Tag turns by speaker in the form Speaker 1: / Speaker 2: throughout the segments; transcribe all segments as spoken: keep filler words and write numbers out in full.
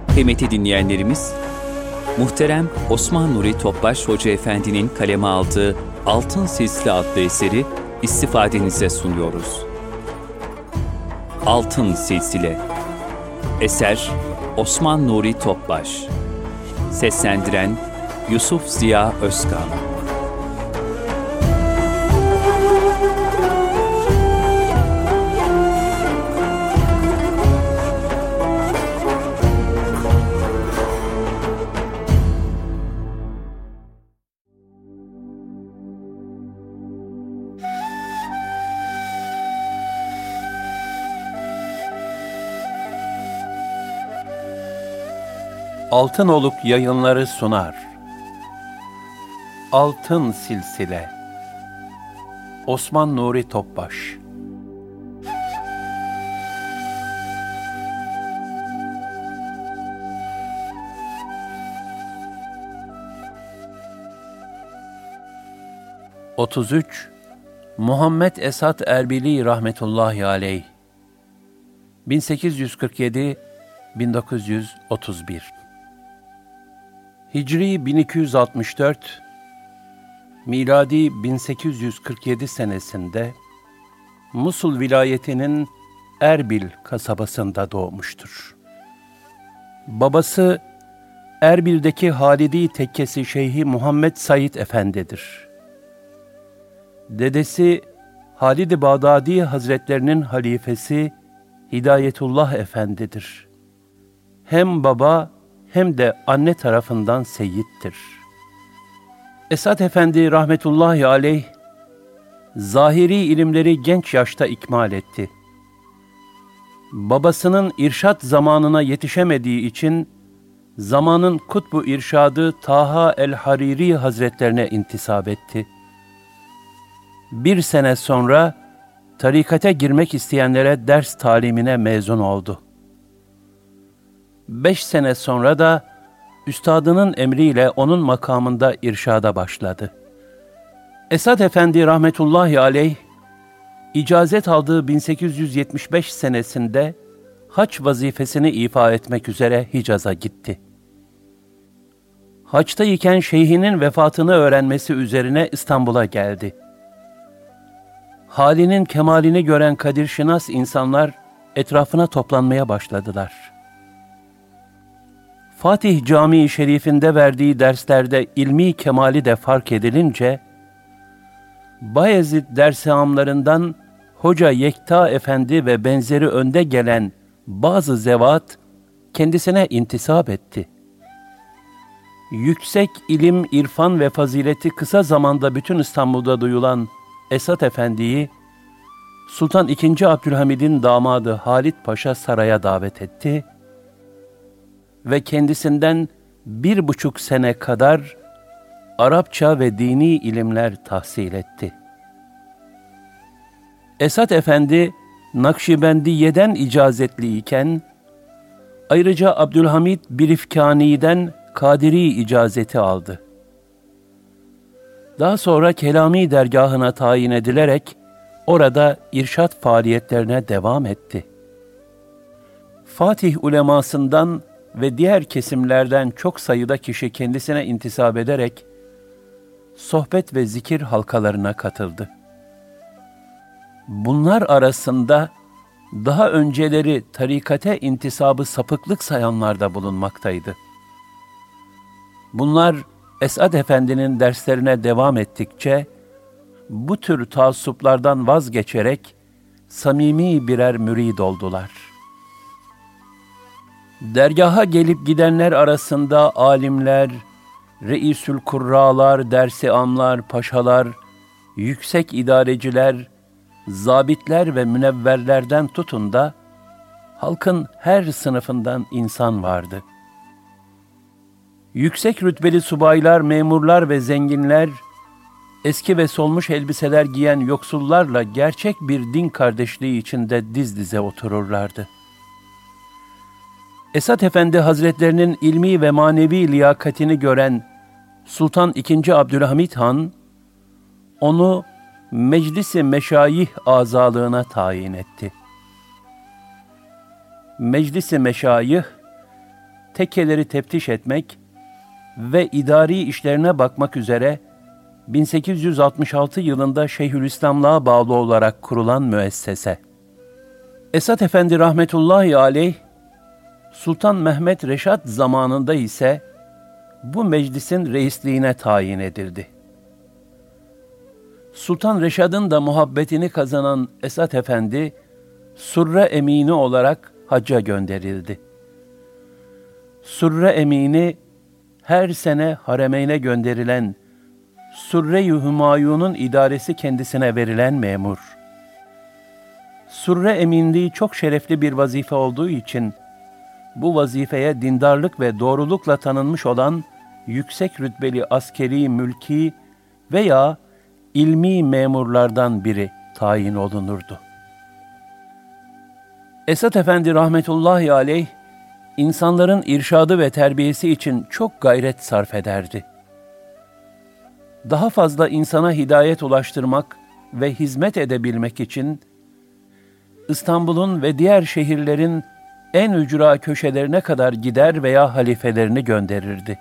Speaker 1: Kıymetli dinleyenlerimiz, muhterem Osman Nuri Topbaş Hoca Efendi'nin kaleme aldığı Altın Silsile adlı eseri istifadenize sunuyoruz. Altın Silsile. Eser Osman Nuri Topbaş. Seslendiren Yusuf Ziya Özkan.
Speaker 2: Altınoluk Yayınları sunar. Altın Silsile. Osman Nuri Topbaş. otuz üç Muhammed Esat Erbili rahmetullahi aleyh. bin sekiz yüz kırk yedi - bin dokuz yüz otuz bir. Hicri bin iki yüz altmış dört, miladi bin sekiz yüz kırk yedi senesinde Musul vilayetinin Erbil kasabasında doğmuştur. Babası Erbil'deki Halidi Tekkesi Şeyhi Muhammed Said Efendi'dir. Dedesi Halid-i Bağdadi Hazretlerinin halifesi Hidayetullah Efendi'dir. Hem baba hem de anne tarafından seyyittir. Esat Efendi rahmetullahi aleyh, zahiri ilimleri genç yaşta ikmal etti. Babasının irşat zamanına yetişemediği için, zamanın kutbu irşadı Taha el-Hariri Hazretlerine intisap etti. Bir sene sonra, tarikate girmek isteyenlere ders talimine mezun oldu. Beş sene sonra da üstadının emriyle onun makamında irşada başladı. Esat Efendi rahmetullahi aleyh, icazet aldığı bin sekiz yüz yetmiş beş senesinde hac vazifesini ifa etmek üzere Hicaz'a gitti. Haçta iken şeyhinin vefatını öğrenmesi üzerine İstanbul'a geldi. Halinin kemalini gören kadirşinas insanlar etrafına toplanmaya başladılar. Fatih Camii Şerif'inde verdiği derslerde ilmi kemali de fark edilince, Bayezid dersihamlarından Hoca Yekta Efendi ve benzeri önde gelen bazı zevat kendisine intisap etti. Yüksek ilim, irfan ve fazileti kısa zamanda bütün İstanbul'da duyulan Esat Efendi'yi Sultan ikinci. Abdülhamid'in damadı Halit Paşa saraya davet etti ve kendisinden bir buçuk sene kadar Arapça ve dini ilimler tahsil etti. Esat Efendi, Nakşibendiye'den icazetli iken, ayrıca Abdülhamid Birifkani'den Kadiri icazeti aldı. Daha sonra Kelami dergahına tayin edilerek, orada irşat faaliyetlerine devam etti. Fatih ulemasından ve diğer kesimlerden çok sayıda kişi kendisine intisap ederek sohbet ve zikir halkalarına katıldı. Bunlar arasında daha önceleri tarikate intisabı sapıklık sayanlar da bulunmaktaydı. Bunlar Esat Efendi'nin derslerine devam ettikçe bu tür taassuplardan vazgeçerek samimi birer mürid oldular. Dergaha gelip gidenler arasında alimler, reisül kurralar, dersi-amlar, paşalar, yüksek idareciler, zabitler ve münevverlerden tutun da halkın her sınıfından insan vardı. Yüksek rütbeli subaylar, memurlar ve zenginler, eski ve solmuş elbiseler giyen yoksullarla gerçek bir din kardeşliği içinde diz dize otururlardı. Esat Efendi Hazretlerinin ilmi ve manevi liyakatini gören Sultan ikinci. Abdülhamid Han, onu Meclis-i Meşayih azalığına tayin etti. Meclis-i Meşayih, tekkeleri teftiş etmek ve idari işlerine bakmak üzere bin sekiz yüz altmış altı yılında Şeyhülislamlığa bağlı olarak kurulan müessese. Esat Efendi rahmetullahi aleyh, Sultan Mehmet Reşat zamanında ise bu meclisin reisliğine tayin edildi. Sultan Reşad'ın da muhabbetini kazanan Esat Efendi, Surre Emini olarak hacca gönderildi. Surre Emini, her sene haremeyne gönderilen Surre-i Hümayun'un idaresi kendisine verilen memur. Surre Eminliği çok şerefli bir vazife olduğu için, bu vazifeye dindarlık ve doğrulukla tanınmış olan yüksek rütbeli askeri, mülki veya ilmi memurlardan biri tayin olunurdu. Esat Efendi rahmetullahi aleyh, insanların irşadı ve terbiyesi için çok gayret sarf ederdi. Daha fazla insana hidayet ulaştırmak ve hizmet edebilmek için, İstanbul'un ve diğer şehirlerin en ücra köşelerine kadar gider veya halifelerini gönderirdi.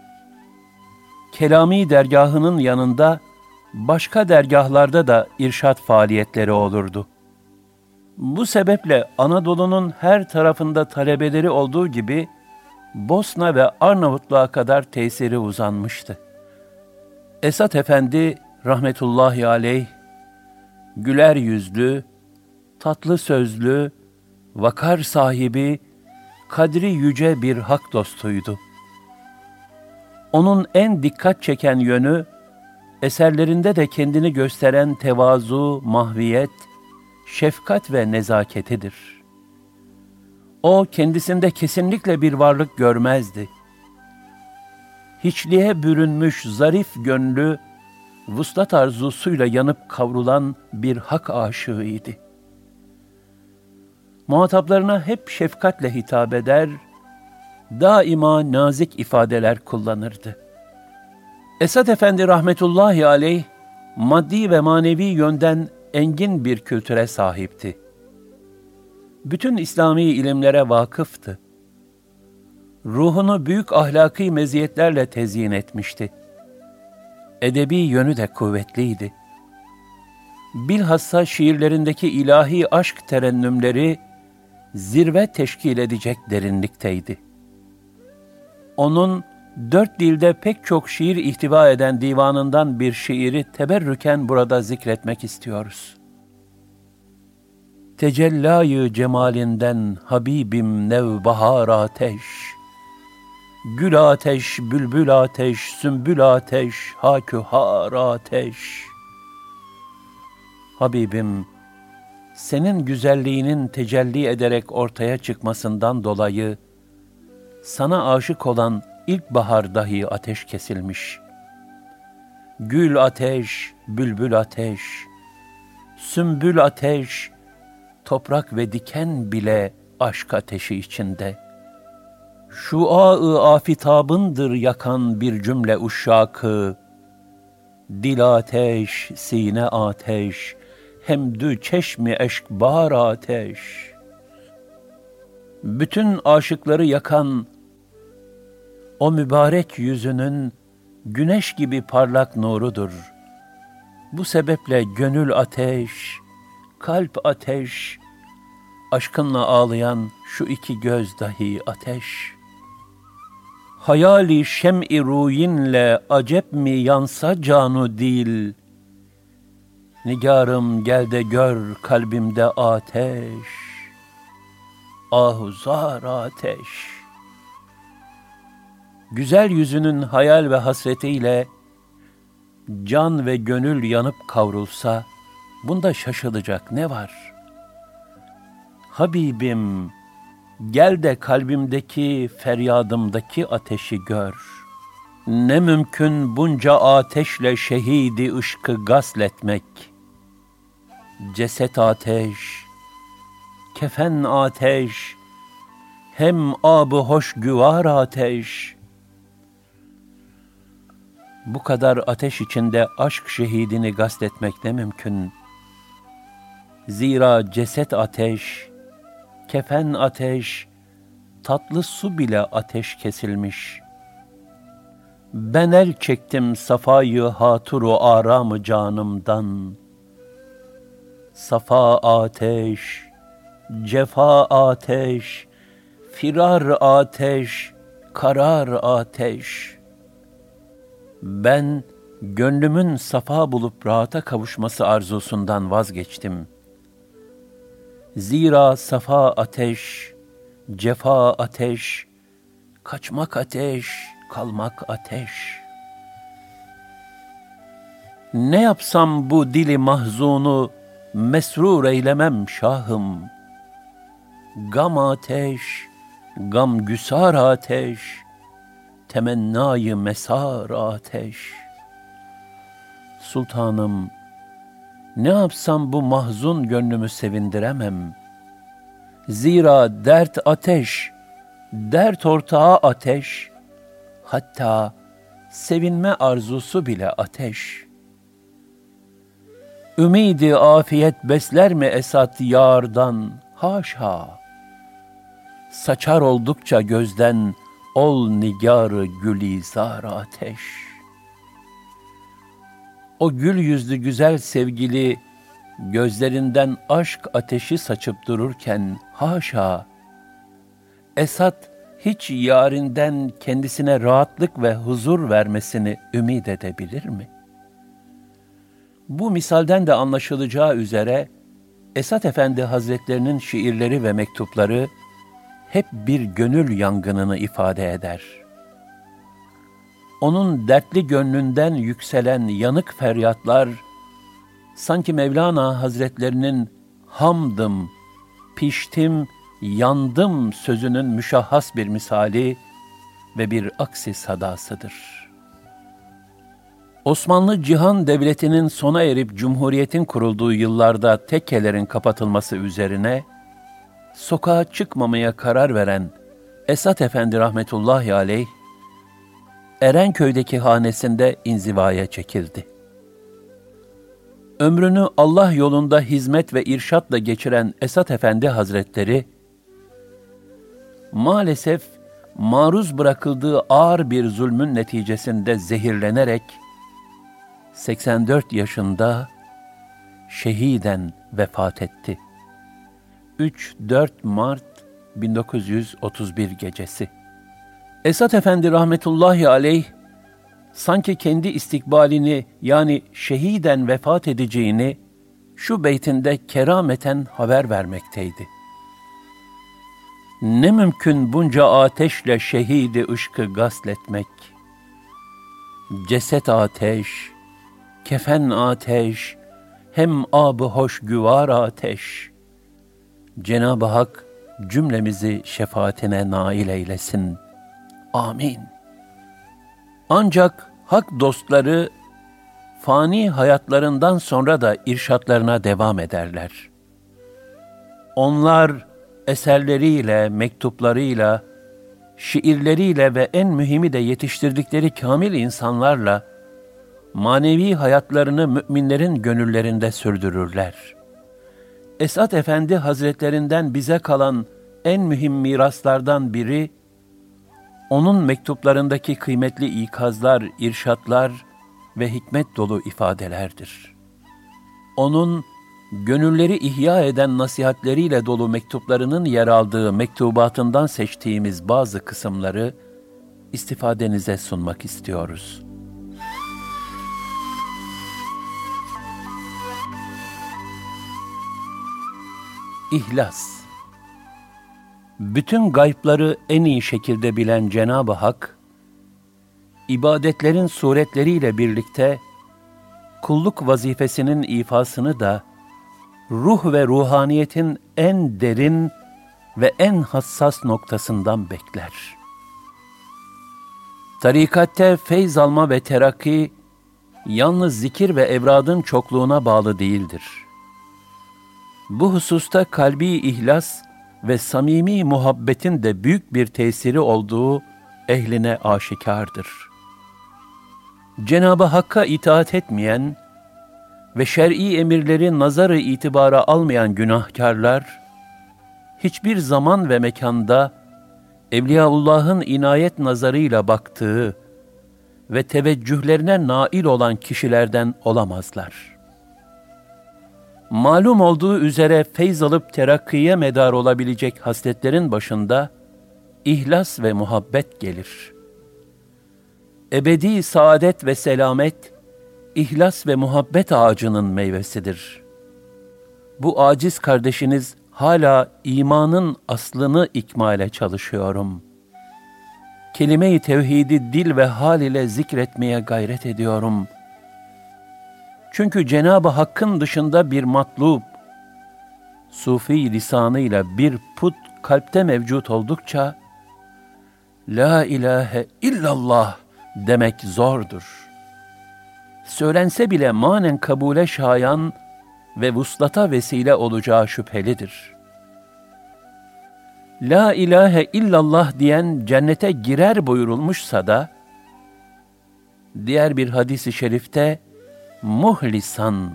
Speaker 2: Kelami dergahının yanında başka dergahlarda da irşat faaliyetleri olurdu. Bu sebeple Anadolu'nun her tarafında talebeleri olduğu gibi Bosna ve Arnavutluğa kadar tesiri uzanmıştı. Esat Efendi rahmetullahi aleyh, güler yüzlü, tatlı sözlü, vakar sahibi, kadri yüce bir hak dostuydu. Onun en dikkat çeken yönü, eserlerinde de kendini gösteren tevazu, mahviyet, şefkat ve nezaketidir. O kendisinde kesinlikle bir varlık görmezdi. Hiçliğe bürünmüş zarif gönlü, vuslat arzusuyla yanıp kavrulan bir hak aşığıydı. Muhataplarına hep şefkatle hitap eder, daima nazik ifadeler kullanırdı. Esat Efendi rahmetullahi aleyh, maddi ve manevi yönden engin bir kültüre sahipti. Bütün İslami ilimlere vakıftı. Ruhunu büyük ahlaki meziyetlerle tezyin etmişti. Edebi yönü de kuvvetliydi. Bilhassa şiirlerindeki ilahi aşk terennümleri zirve teşkil edecek derinlikteydi. Onun dört dilde pek çok şiir ihtiva eden divanından bir şiiri teberrüken burada zikretmek istiyoruz. Tecellâ-yı cemalinden Habibim nevbahar ateş, gül ateş, bülbül ateş, sümbül ateş, hakühar ateş. Habibim, senin güzelliğinin tecelli ederek ortaya çıkmasından dolayı, sana aşık olan ilkbahar dahi ateş kesilmiş. Gül ateş, bülbül ateş, sümbül ateş, toprak ve diken bile aşk ateşi içinde. Şua-ı afitabındır yakan bir cümle uşşakı, dil ateş, sine ateş, hemdü çeşmi eşkbar ateş. Bütün aşıkları yakan o mübarek yüzünün güneş gibi parlak nurudur. Bu sebeple gönül ateş, kalp ateş, aşkınla ağlayan şu iki göz dahi ateş. Hayali şem-i ruyinle acep mi yansa canu dil, nigarım gel de gör kalbimde ateş, ahuzar ateş. Güzel yüzünün hayal ve hasretiyle can ve gönül yanıp kavrulsa, bunda şaşılacak ne var? Habibim, gel de kalbimdeki, feryadımdaki ateşi gör. Ne mümkün bunca ateşle şehidi ışkı gasletmek. Ceset ateş, kefen ateş, hem ab-ı hoş güvar ateş. Bu kadar ateş içinde aşk şehidini gasletmek ne mümkün? Zira ceset ateş, kefen ateş, tatlı su bile ateş kesilmiş. Ben el çektim safayı haturu aramı canımdan. Safa ateş, cefa ateş, firar ateş, karar ateş. Ben gönlümün safa bulup rahata kavuşması arzusundan vazgeçtim. Zira safa ateş, cefa ateş, kaçmak ateş, kalmak ateş. Ne yapsam bu dili mahzunu mesrur eylemem şahım. Gam ateş, gam güsar ateş, temennayı mesar ateş. Sultanım, ne yapsam bu mahzun gönlümü sevindiremem. Zira dert ateş, dert ortağı ateş, hatta sevinme arzusu bile ateş. Ümidi afiyet besler mi esat yardan? Haşa! Saçar oldukça gözden ol nigar-ı gülizar ateş. O gül yüzlü güzel sevgili gözlerinden aşk ateşi saçıp dururken haşa! Esat hiç yarinden kendisine rahatlık ve huzur vermesini ümid edebilir mi? Bu misalden de anlaşılacağı üzere Esat Efendi Hazretlerinin şiirleri ve mektupları hep bir gönül yangınını ifade eder. Onun dertli gönlünden yükselen yanık feryatlar, sanki Mevlana Hazretlerinin hamdım, piştim, yandım sözünün müşahhas bir misali ve bir aksi sadasıdır. Osmanlı Cihan Devleti'nin sona erip Cumhuriyet'in kurulduğu yıllarda tekkelerin kapatılması üzerine, sokağa çıkmamaya karar veren Esat Efendi rahmetullahi aleyh, Erenköy'deki hanesinde inzivaya çekildi. Ömrünü Allah yolunda hizmet ve irşatla geçiren Esat Efendi Hazretleri, maalesef maruz bırakıldığı ağır bir zulmün neticesinde zehirlenerek, seksen dört yaşında şehiden vefat etti. üç dört Mart bin dokuz yüz otuz bir gecesi. Esat Efendi rahmetullahi aleyh, sanki kendi istikbalini yani şehiden vefat edeceğini şu beytinde kerameten haber vermekteydi. Ne mümkün bunca ateşle şehidi ışkı gasletmek. Ceset ateş, kefen ateş, hem ab-ı hoş güvar ateş. Cenab-ı Hak cümlemizi şefaatine nail eylesin. Amin. Ancak hak dostları fani hayatlarından sonra da irşatlarına devam ederler. Onlar eserleriyle, mektuplarıyla, şiirleriyle ve en mühimi de yetiştirdikleri kamil insanlarla manevi hayatlarını müminlerin gönüllerinde sürdürürler. Esat Efendi Hazretlerinden bize kalan en mühim miraslardan biri, onun mektuplarındaki kıymetli ikazlar, irşatlar ve hikmet dolu ifadelerdir. Onun gönülleri ihya eden nasihatleriyle dolu mektuplarının yer aldığı mektubatından seçtiğimiz bazı kısımları istifadenize sunmak istiyoruz. İhlas. Bütün gaypları en iyi şekilde bilen Cenab-ı Hak, ibadetlerin suretleriyle birlikte kulluk vazifesinin ifasını da ruh ve ruhaniyetin en derin ve en hassas noktasından bekler. Tarikatte feyz alma ve terakki yalnız zikir ve evradın çokluğuna bağlı değildir. Bu hususta kalbi ihlas ve samimi muhabbetin de büyük bir tesiri olduğu ehline aşikardır. Cenab-ı Hakk'a itaat etmeyen ve şer'i emirleri nazarı itibara almayan günahkarlar, hiçbir zaman ve mekanda Evliyaullah'ın inayet nazarıyla baktığı ve teveccühlerine nail olan kişilerden olamazlar. Malum olduğu üzere feyz alıp terakkiye medar olabilecek hasletlerin başında ihlas ve muhabbet gelir. Ebedi saadet ve selamet, ihlas ve muhabbet ağacının meyvesidir. Bu aciz kardeşiniz hala imanın aslını ikmale çalışıyorum. Kelime-i tevhidi dil ve hal ile zikretmeye gayret ediyorum. Çünkü Cenab-ı Hakk'ın dışında bir matlub, sufi lisanıyla bir put kalpte mevcut oldukça, La ilahe illallah demek zordur. Söylense bile manen kabule şayan ve vuslata vesile olacağı şüphelidir. La ilahe illallah diyen cennete girer buyurulmuşsa da, diğer bir hadis-i şerifte muhlisan,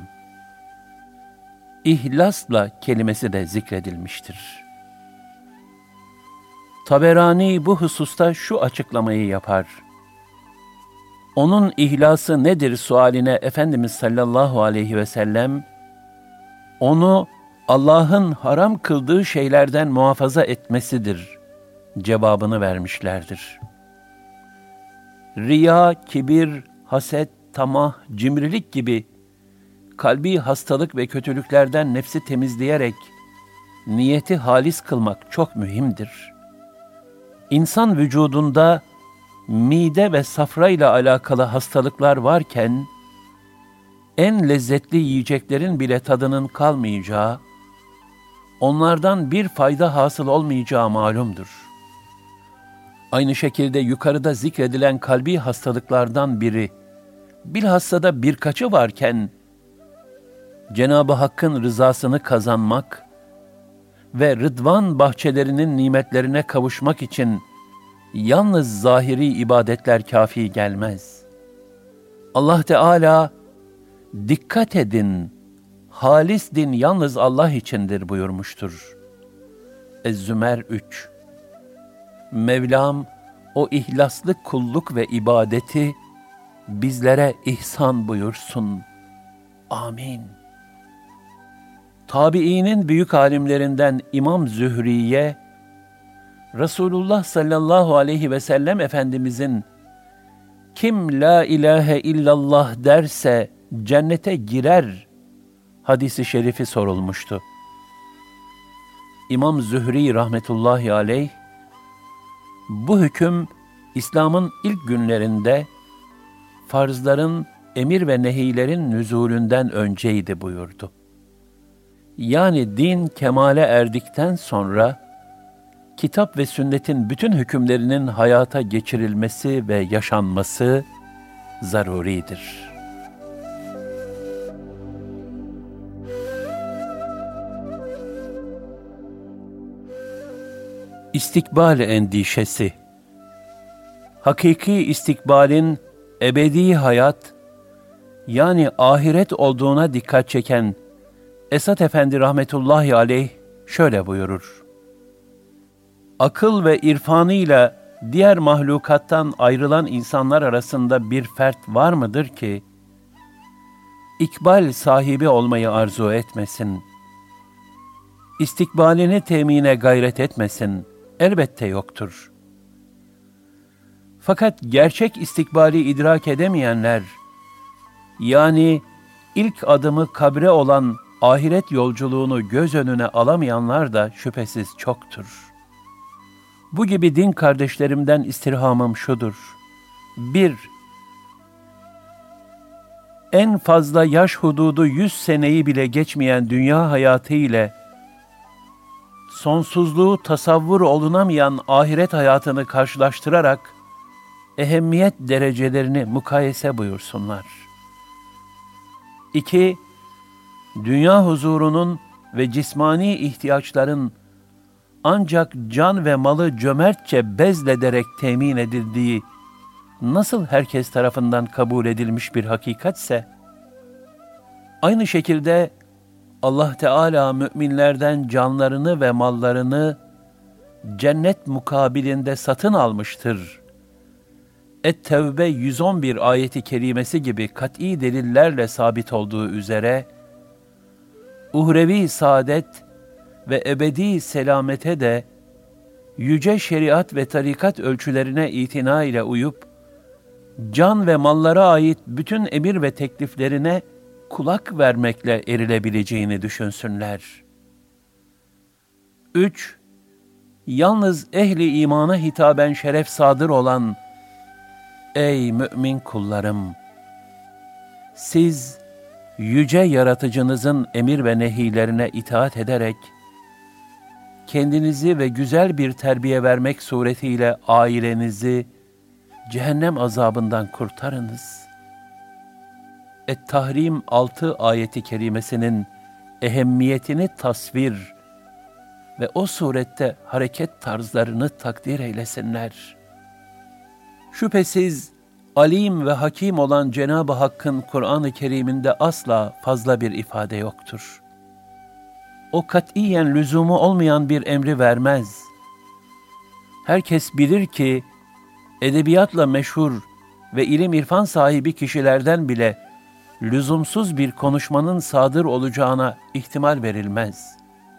Speaker 2: ihlasla kelimesi de zikredilmiştir. Taberani bu hususta şu açıklamayı yapar. Onun ihlası nedir sualine Efendimiz sallallahu aleyhi ve sellem, onu Allah'ın haram kıldığı şeylerden muhafaza etmesidir cevabını vermişlerdir. Riya, kibir, haset, tamah, cimrilik gibi kalbi hastalık ve kötülüklerden nefsi temizleyerek niyeti halis kılmak çok mühimdir. İnsan vücudunda mide ve safra ile alakalı hastalıklar varken, en lezzetli yiyeceklerin bile tadının kalmayacağı, onlardan bir fayda hasıl olmayacağı malumdur. Aynı şekilde yukarıda zikredilen kalbi hastalıklardan biri, bilhassa da birkaçı varken, Cenab-ı Hakk'ın rızasını kazanmak ve Rıdvan bahçelerinin nimetlerine kavuşmak için yalnız zahiri ibadetler kafi gelmez. Allah Teala, dikkat edin, halis din yalnız Allah içindir buyurmuştur. Ez-Zümer üç. Mevlam, o ihlaslı kulluk ve ibadeti bizlere ihsan buyursun. Amin. Tabiinin büyük alimlerinden İmam Zühriye, Resulullah sallallahu aleyhi ve sellem Efendimizin kim la ilahe illallah derse cennete girer hadisi şerifi sorulmuştu. İmam Zühri rahmetullahi aleyh, bu hüküm İslam'ın ilk günlerinde farzların, emir ve nehilerin nüzulünden önceydi buyurdu. Yani din kemale erdikten sonra kitap ve sünnetin bütün hükümlerinin hayata geçirilmesi ve yaşanması zaruridir. İstikbal endişesi. Hakiki istikbalin ebedi hayat, yani ahiret olduğuna dikkat çeken Esat Efendi rahmetullahi aleyh şöyle buyurur. Akıl ve irfanıyla diğer mahlukattan ayrılan insanlar arasında bir fert var mıdır ki, ikbal sahibi olmayı arzu etmesin, istikbalini temine gayret etmesin? Elbette yoktur. Fakat gerçek istikbali idrak edemeyenler, yani ilk adımı kabre olan ahiret yolculuğunu göz önüne alamayanlar da şüphesiz çoktur. Bu gibi din kardeşlerimden istirhamım şudur. bir. En fazla yaş hududu yüz seneyi bile geçmeyen dünya hayatı ile sonsuzluğu tasavvur olunamayan ahiret hayatını karşılaştırarak ehemmiyet derecelerini mukayese buyursunlar. iki. Dünya huzurunun ve cismani ihtiyaçların ancak can ve malı cömertçe bezlederek temin edildiği nasıl herkes tarafından kabul edilmiş bir hakikatse, aynı şekilde Allah Teala müminlerden canlarını ve mallarını cennet mukabilinde satın almıştır. Et-Tevbe yüz on bir ayeti kerimesi gibi kat'î delillerle sabit olduğu üzere, uhrevi saadet ve ebedi selamete de yüce şeriat ve tarikat ölçülerine itina ile uyup, can ve mallara ait bütün emir ve tekliflerine kulak vermekle erilebileceğini düşünsünler. üç. Yalnız ehli imana hitaben şeref sadır olan, ey mümin kullarım! Siz, yüce yaratıcınızın emir ve nehilerine itaat ederek, kendinizi ve güzel bir terbiye vermek suretiyle ailenizi cehennem azabından kurtarınız. Et-Tahrim altı ayeti kerimesinin ehemmiyetini tasvir ve o surette hareket tarzlarını takdir eylesinler. Şüphesiz alim ve hakim olan Cenab-ı Hakk'ın Kur'an-ı Kerim'inde asla fazla bir ifade yoktur. O katiyen lüzumu olmayan bir emri vermez. Herkes bilir ki, edebiyatla meşhur ve ilim irfan sahibi kişilerden bile lüzumsuz bir konuşmanın sadır olacağına ihtimal verilmez.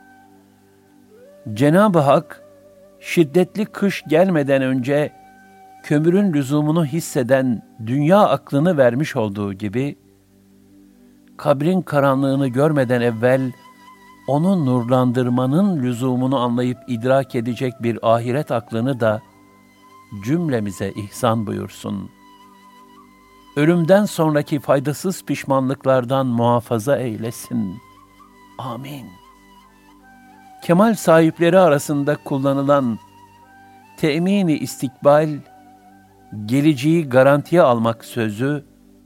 Speaker 2: Cenab-ı Hak, şiddetli kış gelmeden önce kömürün lüzumunu hisseden dünya aklını vermiş olduğu gibi, kabrin karanlığını görmeden evvel onu nurlandırmanın lüzumunu anlayıp idrak edecek bir ahiret aklını da cümlemize ihsan buyursun. Ölümden sonraki faydasız pişmanlıklardan muhafaza eylesin. Amin. Kemal sahipleri arasında kullanılan te'mini istikbal, geleceği garantiye almak sözü,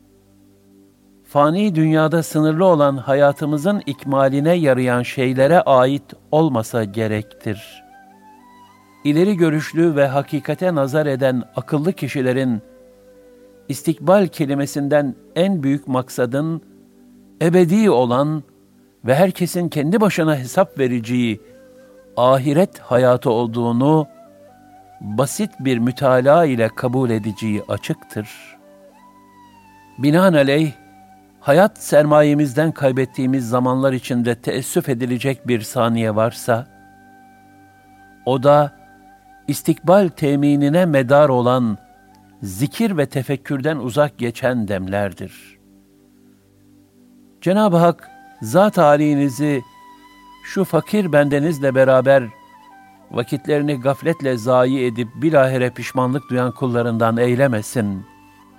Speaker 2: fani dünyada sınırlı olan hayatımızın ikmaline yarayan şeylere ait olmasa gerektir. İleri görüşlü ve hakikate nazar eden akıllı kişilerin istikbal kelimesinden en büyük maksadın ebedi olan ve herkesin kendi başına hesap vereceği ahiret hayatı olduğunu basit bir mütalaa ile kabul edeceği açıktır. Binaenaleyh, hayat sermayemizden kaybettiğimiz zamanlar içinde teessüf edilecek bir saniye varsa, o da istikbal teminine medar olan zikir ve tefekkürden uzak geçen demlerdir. Cenab-ı Hak, zat halinizi şu fakir bendenizle beraber vakitlerini gafletle zayi edip bilahare pişmanlık duyan kullarından eylemesin.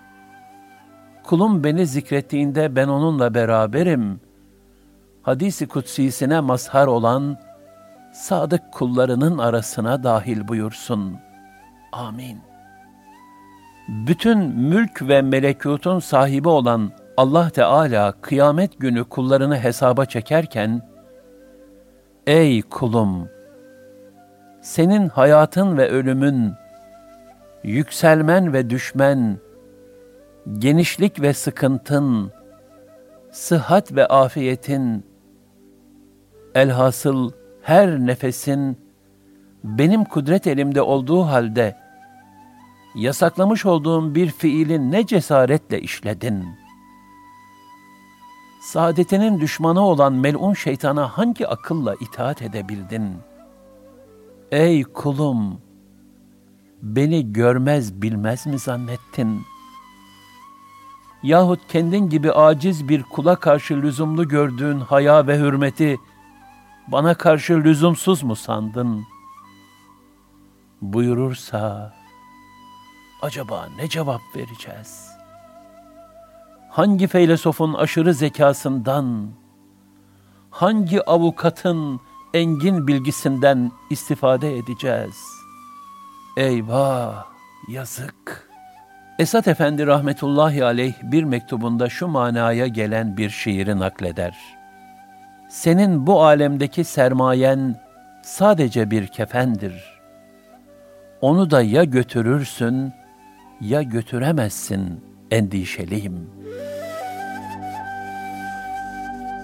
Speaker 2: Kulum beni zikrettiğinde ben onunla beraberim. Hadis-i kutsisine mazhar olan sadık kullarının arasına dahil buyursun. Amin. Bütün mülk ve melekutun sahibi olan Allah Teala kıyamet günü kullarını hesaba çekerken, ey kulum! Senin hayatın ve ölümün, yükselmen ve düşmen, genişlik ve sıkıntın, sıhhat ve afiyetin, elhasıl her nefesin benim kudret elimde olduğu halde, yasaklamış olduğum bir fiili ne cesaretle işledin? Saadetinin düşmanı olan mel'un şeytana hangi akılla itaat edebildin? Ey kulum! Beni görmez bilmez mi zannettin? Yahut kendin gibi aciz bir kula karşı lüzumlu gördüğün haya ve hürmeti bana karşı lüzumsuz mu sandın? Buyurursa, acaba ne cevap vereceğiz? Hangi feylesofun aşırı zekasından, hangi avukatın engin bilgisinden istifade edeceğiz? Eyvah, yazık! Esat Efendi rahmetullahi aleyh bir mektubunda şu manaya gelen bir şiiri nakleder. Senin bu alemdeki sermayen sadece bir kefendir. Onu da ya götürürsün ya götüremezsin, endişeliyim.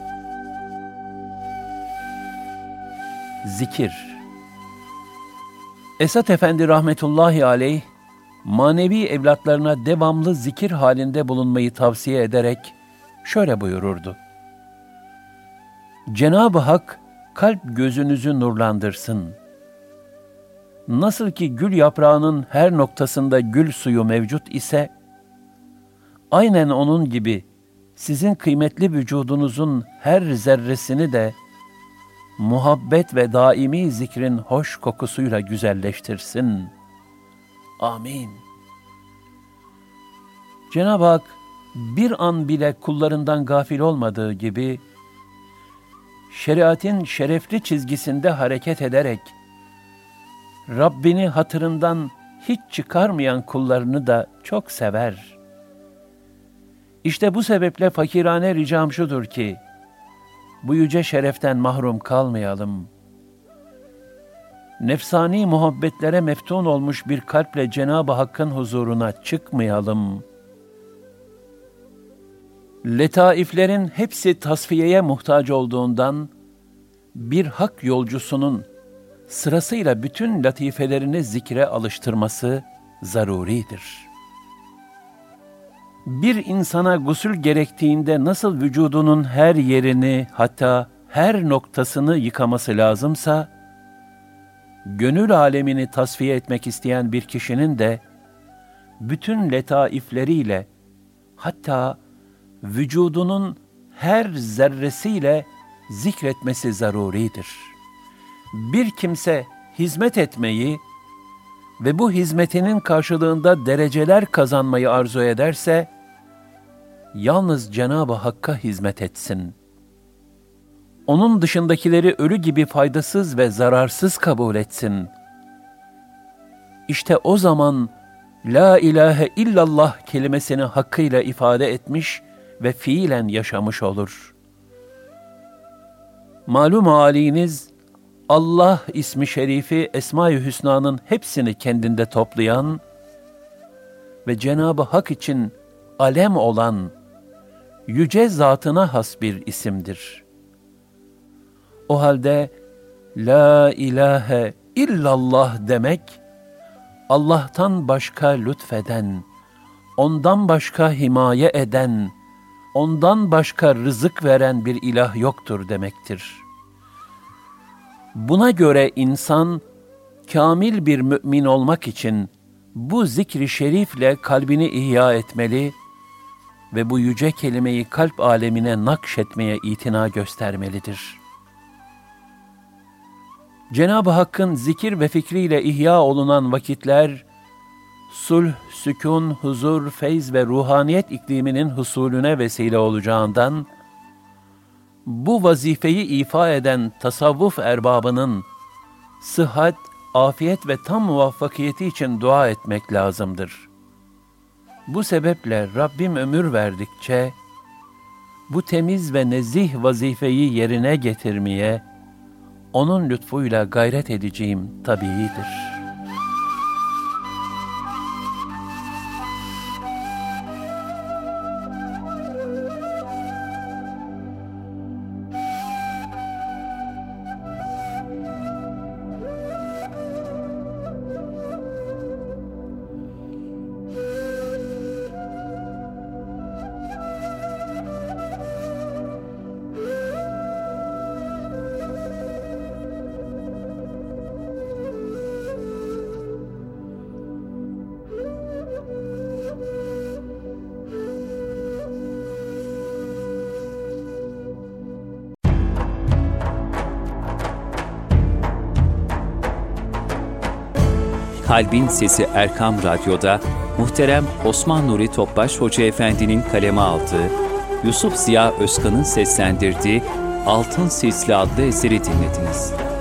Speaker 2: Zikir. Esat Efendi rahmetullahi aleyh, manevi evlatlarına devamlı zikir halinde bulunmayı tavsiye ederek şöyle buyururdu: Cenab-ı Hak kalp gözünüzü nurlandırsın. Nasıl ki gül yaprağının her noktasında gül suyu mevcut ise, aynen onun gibi sizin kıymetli vücudunuzun her zerresini de muhabbet ve daimi zikrin hoş kokusuyla güzelleştirsin. Amin. Cenab-ı Hak bir an bile kullarından gafil olmadığı gibi, şeriatın şerefli çizgisinde hareket ederek, Rabbini hatırından hiç çıkarmayan kullarını da çok sever. İşte bu sebeple fakirane ricam şudur ki, bu yüce şereften mahrum kalmayalım. Nefsani muhabbetlere meftun olmuş bir kalple Cenab-ı Hakk'ın huzuruna çıkmayalım. Letaiflerin hepsi tasfiyeye muhtaç olduğundan, bir hak yolcusunun sırasıyla bütün latifelerini zikre alıştırması zaruridir. Bir insana gusül gerektiğinde nasıl vücudunun her yerini, hatta her noktasını yıkaması lazımsa, gönül alemini tasfiye etmek isteyen bir kişinin de bütün letaifleriyle, hatta vücudunun her zerresiyle zikretmesi zaruridir. Bir kimse hizmet etmeyi ve bu hizmetinin karşılığında dereceler kazanmayı arzu ederse, yalnız Cenab-ı Hakk'a hizmet etsin. Onun dışındakileri ölü gibi faydasız ve zararsız kabul etsin. İşte o zaman La ilahe illallah kelimesini hakkıyla ifade etmiş ve fiilen yaşamış olur. Malum haliniz, Allah ismi şerifi Esma-i Hüsna'nın hepsini kendinde toplayan ve Cenab-ı Hak için alem olan yüce zatına has bir isimdir. O halde La ilahe illallah demek, Allah'tan başka lütfeden, ondan başka himaye eden, ondan başka rızık veren bir ilah yoktur demektir. Buna göre insan, kamil bir mümin olmak için bu zikri şerifle kalbini ihya etmeli ve bu yüce kelimeyi kalp alemine nakşetmeye itina göstermelidir. Cenab-ı Hakk'ın zikir ve fikriyle ihya olunan vakitler, sulh, sükun, huzur, feyz ve ruhaniyet ikliminin husulüne vesile olacağından, bu vazifeyi ifa eden tasavvuf erbabının sıhhat, afiyet ve tam muvaffakiyeti için dua etmek lazımdır. Bu sebeple Rabbim ömür verdikçe, bu temiz ve nezih vazifeyi yerine getirmeye, onun lütfuyla gayret edeceğim tabiidir.
Speaker 1: Kalbin Sesi Erkam Radyo'da muhterem Osman Nuri Topbaş Hoca Efendi'nin kaleme aldığı, Yusuf Ziya Özkan'ın seslendirdiği Altın Silsile adlı eseri dinlediniz.